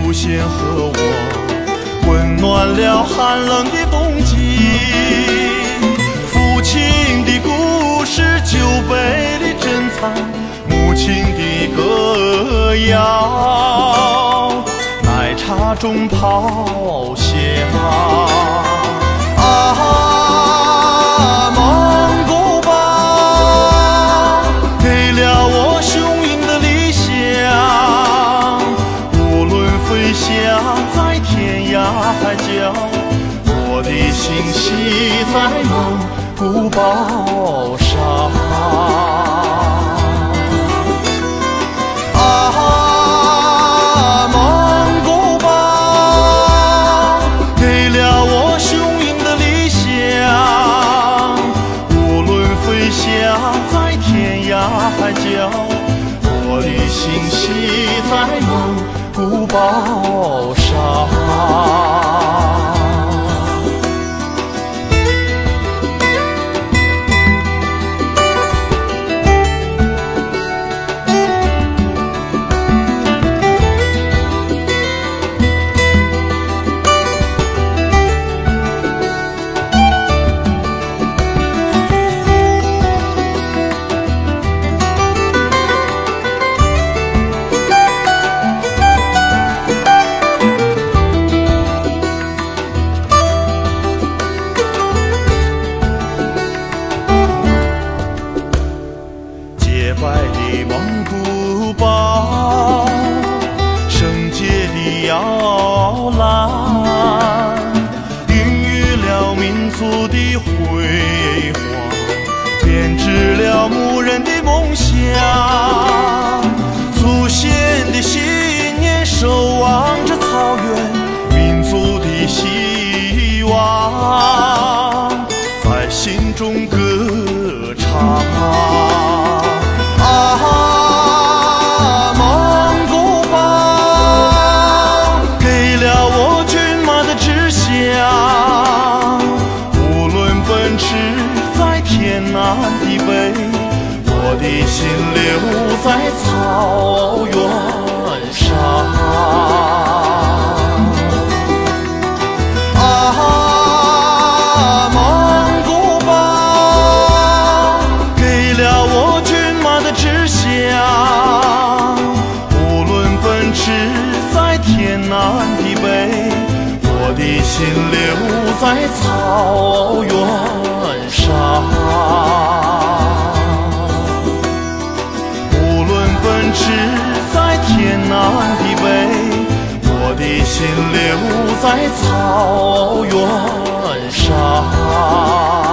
出现和我，温暖了寒冷的冬季。父亲的故事，酒杯里珍藏母亲的歌谣，奶茶中咆哮。蒙古包给了我雄鹰的理想，无论飞翔在天涯海角，我的心系在蒙古包上。蒙古包给了我雄鹰的理想，无论飞翔在天涯海角，我的心系在蒙古包上。洁白的蒙古包，圣洁的摇篮，孕育了民族的辉煌，编织了牧人的梦想。祖先的信念守望着草原，民族的希望在心中歌唱。蒙古包给了我骏马的志向，无论奔驰在天南地北，我的心留在草原上。蒙古包给了我骏马的志向，无论奔驰在天南地北，我的心留在草原上。无论奔驰在天南地北，我的心留在草原上。